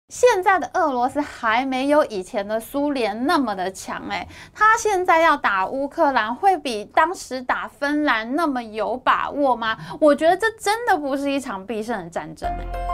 现在的俄罗斯还没有以前的苏联那么的强他现在要打乌克兰，会比当时打芬兰那么有把握吗？我觉得这真的不是一场必胜的战争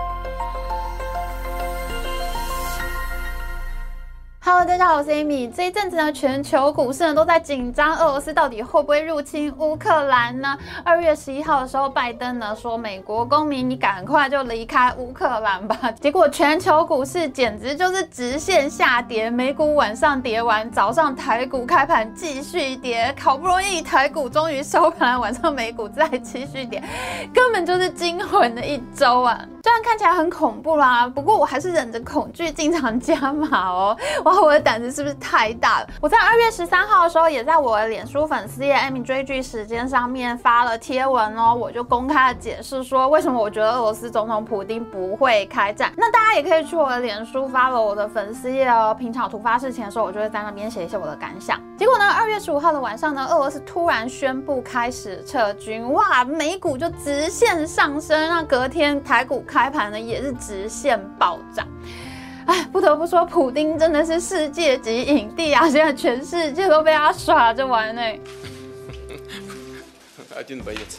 Hello， 大家好，我是 Amy。这一阵子呢，全球股市呢都在紧张，俄罗斯到底会不会入侵乌克兰呢？2月11号的时候，拜登呢说，美国公民你赶快就离开乌克兰吧。结果全球股市简直就是直线下跌，美股晚上跌完，早上台股开盘继续跌，好不容易台股终于收盘，晚上美股再继续跌，根本就是惊魂的一周啊！虽然看起来很恐怖啦，不过我还是忍着恐惧进场加码哦。哇，我的胆子是不是太大了？我在2月13号的时候，也在我的脸书粉丝页 Amy 追剧时间上面发了贴文哦，我就公开的解释说，为什么我觉得俄罗斯总统普丁不会开战。那大家也可以去我的脸书follow我的粉丝页哦。平常突发事情的时候，我就会在那边写一些我的感想。结果呢，2月15号的晚上呢，俄罗斯突然宣布开始撤军，哇，美股就直线上升，那隔天台股开盘呢也是直线暴涨。不得不说，普丁真的是世界级影帝啊！现在全世界都被他耍着玩 Один боец.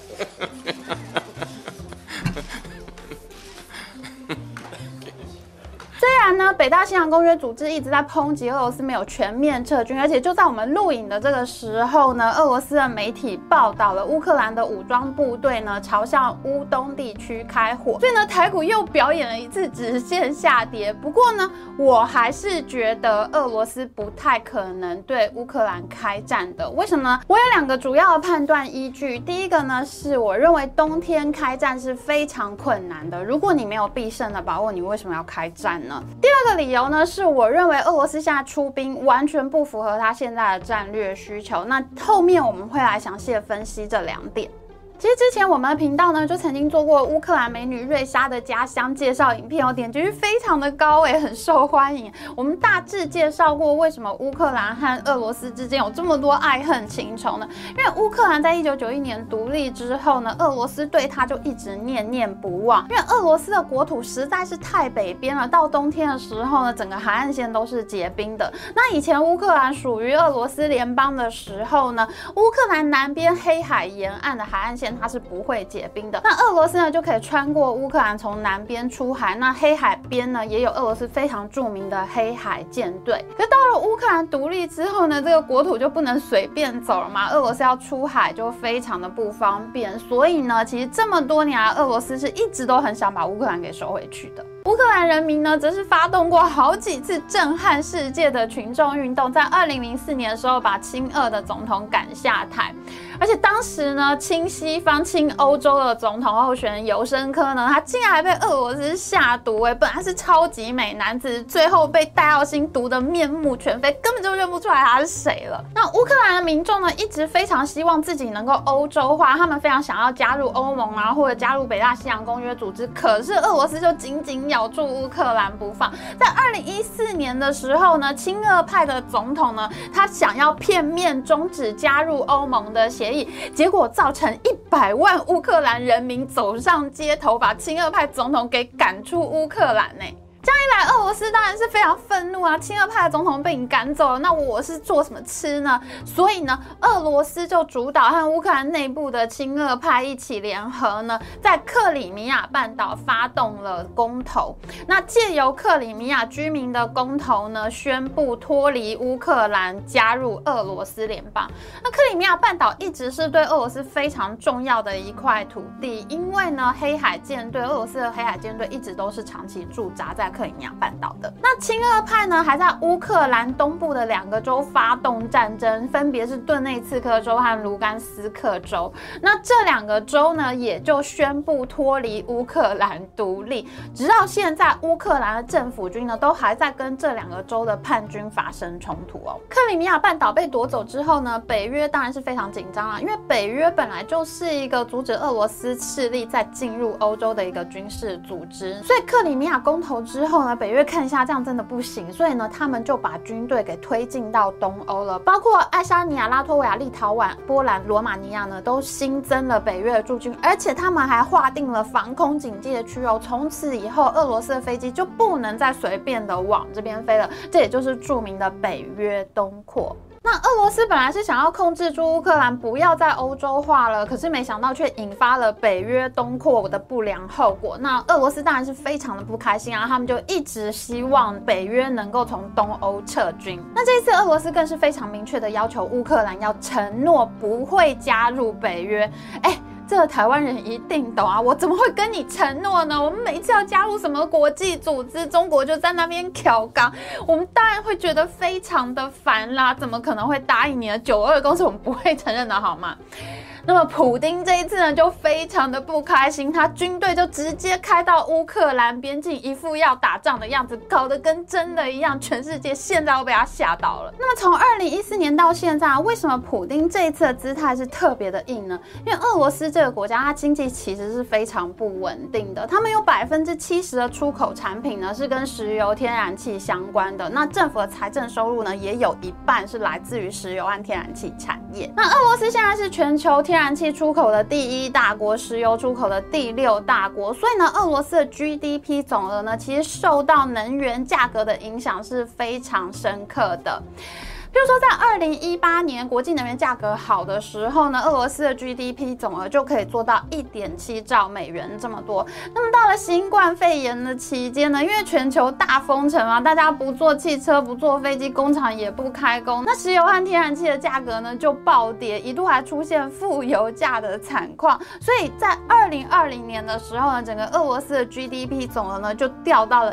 虽然呢，北大西洋公约组织一直在抨击俄罗斯没有全面撤军，而且就在我们录影的这个时候呢，俄罗斯的媒体报道了乌克兰的武装部队呢朝向乌东地区开火，所以呢，台股又表演了一次直线下跌。不过呢，我还是觉得俄罗斯不太可能对乌克兰开战的。为什么呢？我有2个主要的判断依据。第一个呢，是我认为冬天开战是非常困难的，如果你没有必胜的把握，你为什么要开战呢？第2个理由呢，是我认为俄罗斯现在出兵完全不符合他现在的战略需求。那后面我们会来详细的分析这2点。其实之前我们的频道呢就曾经做过乌克兰美女瑞莎的家乡介绍影片，点击率非常的高很受欢迎。我们大致介绍过为什么乌克兰和俄罗斯之间有这么多爱恨情仇呢？因为乌克兰在1991年独立之后呢，俄罗斯对它就一直念念不忘。因为俄罗斯的国土实在是太北边了，到冬天的时候呢，整个海岸线都是结冰的。那以前乌克兰属于俄罗斯联邦的时候呢，乌克兰南边黑海沿岸的海岸线它是不会结冰的，那俄罗斯呢就可以穿过乌克兰从南边出海，那黑海边呢也有俄罗斯非常著名的黑海舰队。可到了乌克兰独立之后呢，这个国土就不能随便走了嘛，俄罗斯要出海就非常的不方便，所以呢，其实这么多年来，俄罗斯是一直都很想把乌克兰给收回去的。乌克兰人民呢，则是发动过好几次震撼世界的群众运动，在2004年的时候，把亲俄的总统赶下台。而且当时呢，亲西方、亲欧洲的总统候选人尤申科呢，他竟然还被俄罗斯下毒本来是超级美男子，最后被戴奥辛毒得面目全非，根本就认不出来他是谁了。那乌克兰的民众呢，一直非常希望自己能够欧洲化，他们非常想要加入欧盟啊，或者加入北大西洋公约组织，可是俄罗斯就紧紧咬住乌克兰不放。在2014年的时候呢，亲俄派的总统呢，他想要片面终止加入欧盟的协议，结果造成100万乌克兰人民走上街头，把亲俄派总统给赶出乌克兰这样一来，俄罗斯当然是非常愤怒啊！亲俄派的总统被你赶走了，那我是做什么吃呢？所以呢，俄罗斯就主导和乌克兰内部的亲俄派一起联合呢，在克里米亚半岛发动了公投。那借由克里米亚居民的公投呢，宣布脱离乌克兰，加入俄罗斯联邦。那克里米亚半岛一直是对俄罗斯非常重要的一块土地，因为呢，黑海舰队，俄罗斯的黑海舰队一直都是长期驻扎在克里米亚半岛的。那亲俄派呢，还在乌克兰东部的2个州发动战争，分别是顿内茨克州和卢甘斯克州。那这2个州呢，也就宣布脱离乌克兰独立。直到现在，乌克兰的政府军呢，都还在跟这2个州的叛军发生冲突克里米亚半岛被夺走之后呢，北约当然是非常紧张啦，因为北约本来就是一个阻止俄罗斯势力再进入欧洲的一个军事组织，所以克里米亚公投之之后呢，北约看一下这样真的不行，所以呢，他们就把军队给推进到东欧了，包括爱沙尼亚、拉脱维亚、立陶宛、波兰、罗马尼亚呢，都新增了北约的驻军，而且他们还划定了防空警戒区哦。从此以后，俄罗斯的飞机就不能再随便的往这边飞了，这也就是著名的北约东扩。那俄罗斯本来是想要控制住乌克兰，不要再欧洲化了，可是没想到却引发了北约东扩的不良后果。那俄罗斯当然是非常的不开心啊，他们就一直希望北约能够从东欧撤军。那这一次俄罗斯更是非常明确的要求乌克兰要承诺不会加入北约。这个台湾人一定懂啊！我怎么会跟你承诺呢？我们每一次要加入什么国际组织，中国就在那边挑杠，我们当然会觉得非常的烦啦！怎么可能会答应你的9·2公司？我们不会承认的好吗？那么普丁这一次呢，就非常的不开心，他军队就直接开到乌克兰边境，一副要打仗的样子，搞得跟真的一样，全世界现在都被他吓到了。那么从2014年到现在，为什么普丁这一次的姿态是特别的硬呢？因为俄罗斯这个国家，它经济其实是非常不稳定的，他们有70%的出口产品呢是跟石油、天然气相关的，那政府的财政收入呢也有一半是来自于石油和天然气产业。那俄罗斯现在是全球天然气出口的第1大国，石油出口的第6大国，所以呢，俄罗斯的 GDP 总额呢，其实受到能源价格的影响是非常深刻的。比如说，在2018年国际能源价格好的时候呢，俄罗斯的 GDP 总额就可以做到1.7兆美元这么多。那么到了新冠肺炎的期间呢，因为全球大封城嘛，大家不坐汽车、不坐飞机，工厂也不开工，那石油和天然气的价格呢就暴跌，一度还出现负油价的惨况。所以在2020年的时候呢，整个俄罗斯的 GDP 总额呢就掉到了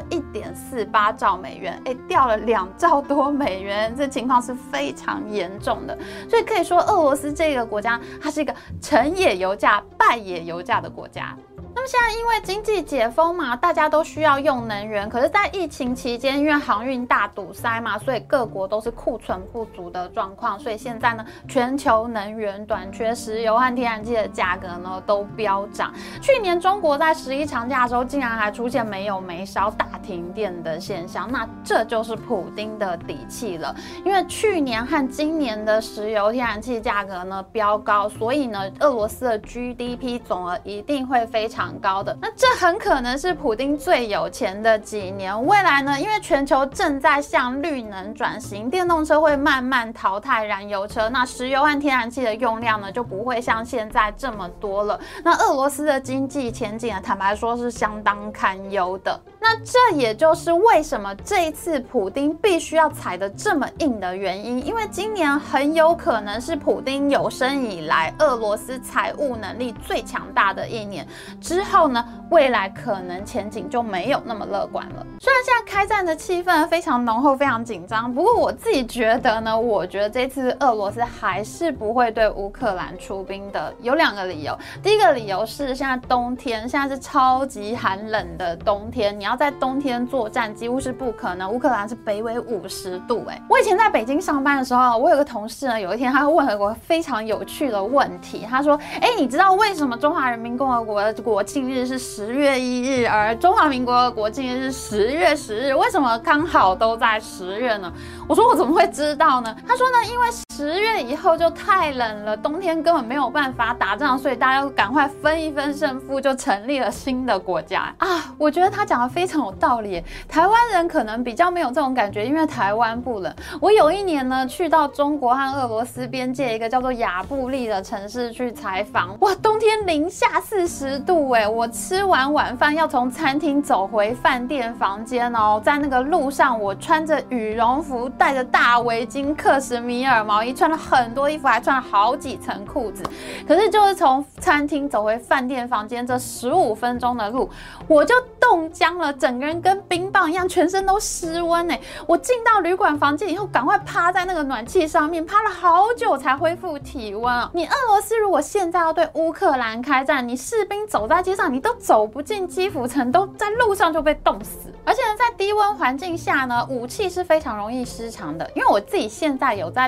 1.48兆美元，掉了2兆多美元，这情况是非常严重的，所以可以说俄罗斯这个国家，它是一个成也油价、败也油价的国家。那么现在因为经济解封嘛，大家都需要用能源，可是在疫情期间，因为航运大堵塞嘛，所以各国都是库存不足的状况，所以现在呢，全球能源短缺，石油和天然气的价格呢都飙涨。去年中国在11长假的时候，竟然还出现没有煤烧、大停电的现象，那这就是普丁的底气了。因为去年和今年的石油、天然气价格呢飙高，所以呢，俄罗斯的 GDP 总额一定会非常高的。那这很可能是普丁最有钱的几年。未来呢，因为全球正在向绿能转型，电动车会慢慢淘汰燃油车，那石油和天然气的用量呢就不会像现在这么多了。那俄罗斯的经济前景坦白说是相当堪忧的。那这也就是为什么这一次普丁必须要踩得这么硬的原因，因为今年很有可能是普丁有生以来俄罗斯财务能力最强大的一年。之后呢，未来可能前景就没有那么乐观了。虽然现在开战的气氛非常浓厚、非常紧张，不过我自己觉得呢，我觉得这次俄罗斯还是不会对乌克兰出兵的。有2个理由。第一个理由是现在冬天，现在是超级寒冷的冬天，你要在冬天作战几乎是不可能。乌克兰是北纬50度，我以前在北京上班的时候，我有个同事呢，有一天他问了我非常有趣的问题，他说：你知道为什么中华人民共和国的国庆日是10月1日，而中华民国的国庆日是10月10日？为什么刚好都在10月呢？我说我怎么会知道呢？他说呢，因为10月以后就太冷了，冬天根本没有办法打仗，所以大家赶快分一分胜负，就成立了新的国家啊！我觉得他讲的非常有道理。台湾人可能比较没有这种感觉，因为台湾不冷。我有一年呢，去到中国和俄罗斯边界一个叫做亚布力的城市去采访，哇，冬天零下40度，我吃完晚饭要从餐厅走回饭店房间哦，在那个路上，我穿着羽绒服，戴着大围巾，克什米尔毛衣，穿了很多衣服，还穿了好几层裤子。可是就是从餐厅走回饭店房间这15分钟的路，我就冻僵了，整个人跟冰棒一样，全身都失温。我进到旅馆房间以后，赶快趴在那个暖气上面，趴了好久才恢复体温啊！你俄罗斯如果现在要对乌克兰开战，你士兵走在街上，你都走不进基辅城，都在路上就被冻死。而且呢，在低温环境下呢，武器是非常容易失常的。因为我自己现在有在练习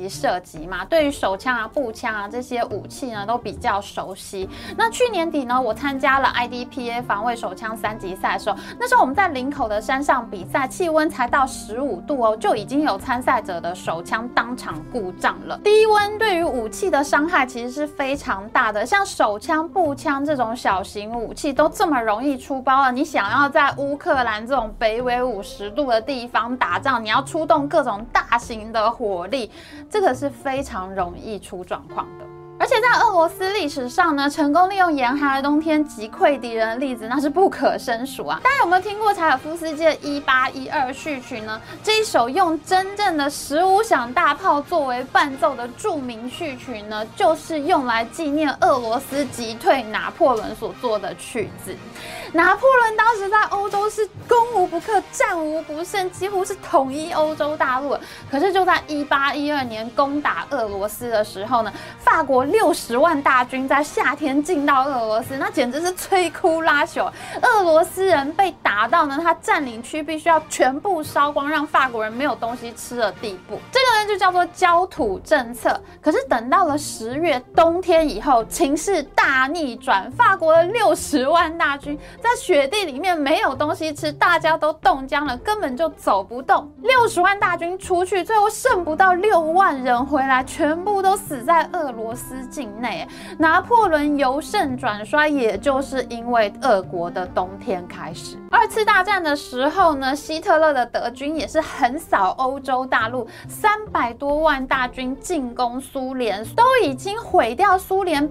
习射击嘛，对于手枪啊、步枪啊这些武器呢都比较熟悉。那去年底呢，我参加了 IDPA 防卫手枪3级赛的时候，那时候我们在林口的山上比赛，气温才到15度哦，就已经有参赛者的手枪当场故障了。低温对于武器的伤害其实是非常大的，像手枪、步枪这种小型武器都这么容易出包了，你想要在乌克兰这种北纬50度的地方打仗，你要出动各种大型的火力，这个是非常容易出状况的。而且在俄罗斯历史上呢，成功利用严寒的冬天击溃敌人的例子那是不可胜数啊！大家有没有听过柴可夫斯基的1812序曲呢？这一首用真正的15响大炮作为伴奏的著名序曲呢，就是用来纪念俄罗斯击退拿破仑所做的曲子。拿破仑当时在欧洲是攻无不克、战无不胜，几乎是统一欧洲大陆。可是就在1812年攻打俄罗斯的时候呢，法国60万大军在夏天进到俄罗斯，那简直是摧枯拉朽。俄罗斯人被打到呢，他占领区必须要全部烧光，让法国人没有东西吃的地步。这个呢就叫做焦土政策。可是等到了10月冬天以后，情势大逆转，法国的60万大军在雪地里面没有东西吃，大家都冻僵了，根本就走不动。60万大军出去，最后剩不到6万人回来，全部都死在俄罗斯境内。拿破仑由盛转衰，也就是因为俄国的冬天开始。2次大战的时候呢，希特勒的德军也是横扫欧洲大陆，300多万大军进攻苏联，都已经毁掉苏联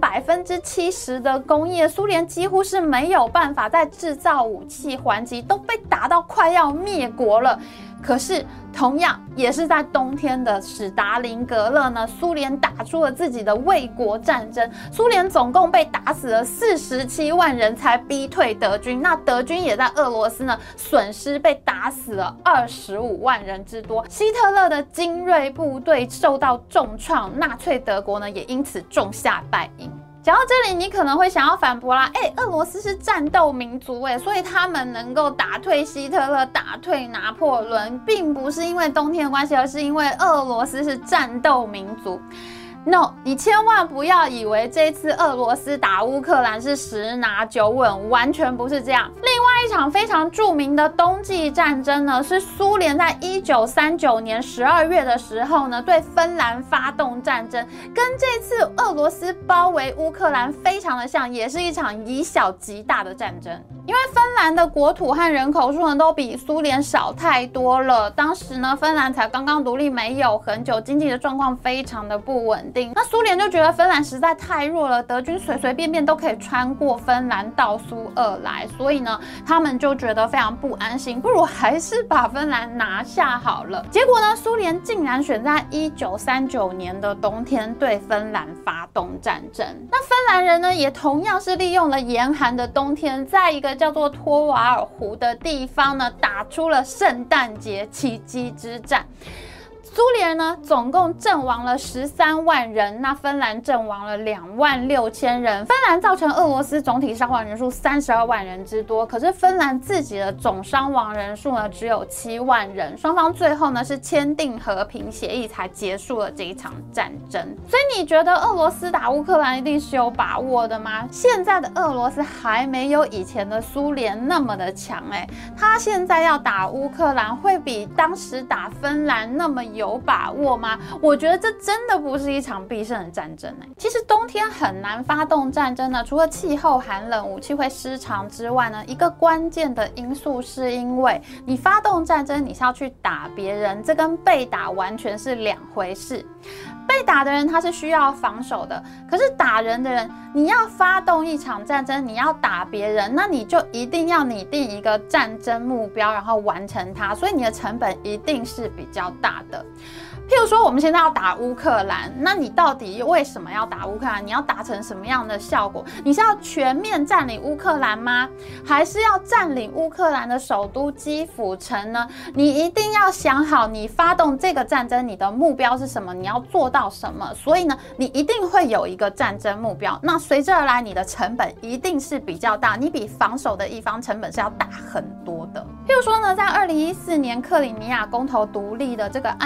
70%的工业，苏联几乎是没有办法再制造武器还击，都被打到快要灭国了。可是同样也是在冬天的史达林格勒呢，苏联打出了自己的卫国战争，苏联总共被打死了47万人才逼退德军，那德军也在俄罗斯呢损失被打死了25万人之多，希特勒的精锐部队受到重创，纳粹德国呢也因此种下败因。讲到这里，你可能会想要反驳啦，俄罗斯是战斗民族所以他们能够打退希特勒、打退拿破仑，并不是因为冬天的关系，而是因为俄罗斯是战斗民族。No， 你千万不要以为这次俄罗斯打乌克兰是10拿9稳，完全不是这样。另外一场非常著名的冬季战争呢，是苏联在1939年12月的时候呢，对芬兰发动战争，跟这次俄罗斯包围乌克兰非常的像，也是一场以小及大的战争。因为芬兰的国土和人口数呢都比苏联少太多了，当时呢芬兰才刚刚独立没有很久，经济的状况非常的不稳定。那苏联就觉得芬兰实在太弱了，德军随随便便都可以穿过芬兰到苏俄来，所以呢他们就觉得非常不安心，不如还是把芬兰拿下好了。结果呢苏联竟然选在1939年的冬天对芬兰发动战争。那芬兰人呢也同样是利用了严寒的冬天，在一个叫做托瓦尔湖的地方呢，打出了圣诞节奇迹之战。苏联人呢，总共阵亡了13万人，那芬兰阵亡了26000人。芬兰造成俄罗斯总体伤亡人数32万人之多，可是芬兰自己的总伤亡人数呢，只有7万人。双方最后呢是签订和平协议才结束了这一场战争。所以你觉得俄罗斯打乌克兰一定是有把握的吗？现在的俄罗斯还没有以前的苏联那么的强他现在要打乌克兰，会比当时打芬兰那么有把握吗？我觉得这真的不是一场必胜的战争其实冬天很难发动战争呢，除了气候寒冷、武器会失常之外呢，一个关键的因素是因为你发动战争，你是要去打别人，这跟被打完全是两回事。被打的人他是需要防守的，可是打人的人，你要发动一场战争，你要打别人，那你就一定要拟定一个战争目标，然后完成它，所以你的成本一定是比较大的。譬如说我们现在要打乌克兰，那你到底为什么要打乌克兰？你要达成什么样的效果？你是要全面占领乌克兰吗？还是要占领乌克兰的首都基辅城呢？你一定要想好你发动这个战争你的目标是什么，你要做到什么。所以呢你一定会有一个战争目标，那随之而来你的成本一定是比较大，你比防守的一方成本是要大很多的。譬如说呢，在2014年克里米亚公投独立的这个案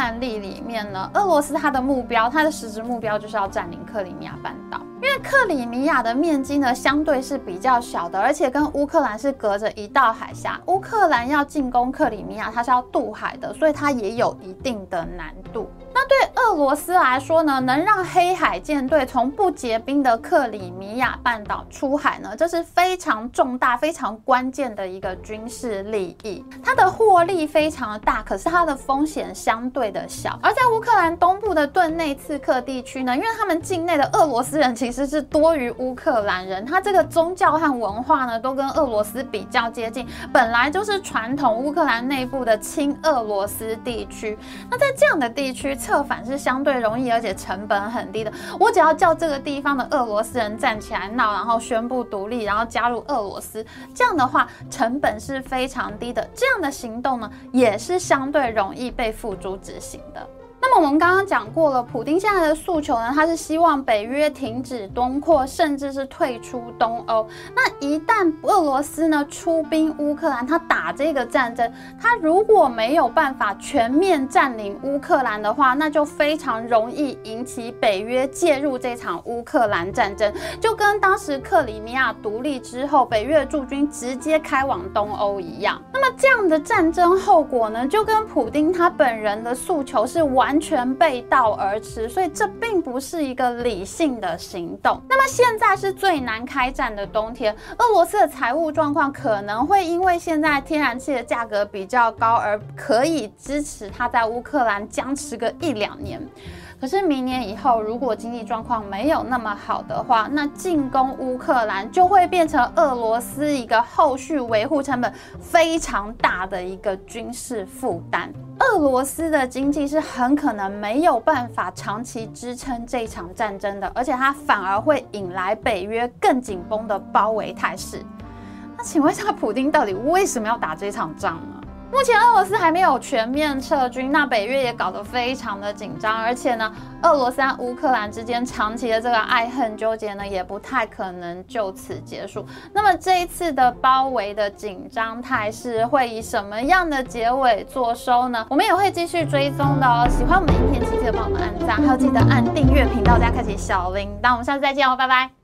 案例里面呢，俄罗斯它的目标，它的实质目标就是要占领克里米亚半岛。因为克里米亚的面积呢相对是比较小的，而且跟乌克兰是隔着一道海峡。乌克兰要进攻克里米亚，它是要渡海的，所以它也有一定的难度。那对俄罗斯来说呢，能让黑海舰队从不结冰的克里米亚半岛出海呢，这是非常重大、非常关键的一个军事利益。它的获利非常的大，可是它的风险相对的小。而在乌克兰东部的顿内茨克地区呢，因为他们境内的俄罗斯人其实是多于乌克兰人，他这个宗教和文化呢都跟俄罗斯比较接近，本来就是传统乌克兰内部的亲俄罗斯地区。那在这样的地区，策反是相对容易，而且成本很低的。我只要叫这个地方的俄罗斯人站起来闹，然后宣布独立，然后加入俄罗斯，这样的话成本是非常低的。这样的行动呢，也是相对容易被付诸执行的。那么我们刚刚讲过了，普丁现在的诉求呢，他是希望北约停止东扩，甚至是退出东欧。那一旦俄罗斯呢出兵乌克兰，他打这个战争，他如果没有办法全面占领乌克兰的话，那就非常容易引起北约介入这场乌克兰战争，就跟当时克里米亚独立之后，北约驻军直接开往东欧一样。那么这样的战争后果呢，就跟普丁他本人的诉求是完全背道而驰，所以这并不是一个理性的行动。那么现在是最难开战的冬天，俄罗斯的财务状况可能会因为现在天然气的价格比较高，而可以支持他在乌克兰僵持个1-2年。可是明年以后，如果经济状况没有那么好的话，那进攻乌克兰就会变成俄罗斯一个后续维护成本非常大的一个军事负担。俄罗斯的经济是很可能没有办法长期支撑这一场战争的，而且它反而会引来北约更紧绷的包围态势。那请问一下，普丁到底为什么要打这场仗呢？目前俄罗斯还没有全面撤军，那北约也搞得非常的紧张，而且呢，俄罗斯和乌克兰之间长期的这个爱恨纠结呢，也不太可能就此结束。那么这一次的包围的紧张态势会以什么样的结尾作收呢？我们也会继续追踪的哦。喜欢我们的影片，记得帮我们按赞，还有记得按订阅频道，加开启小铃铛。我们下次再见哦，拜拜。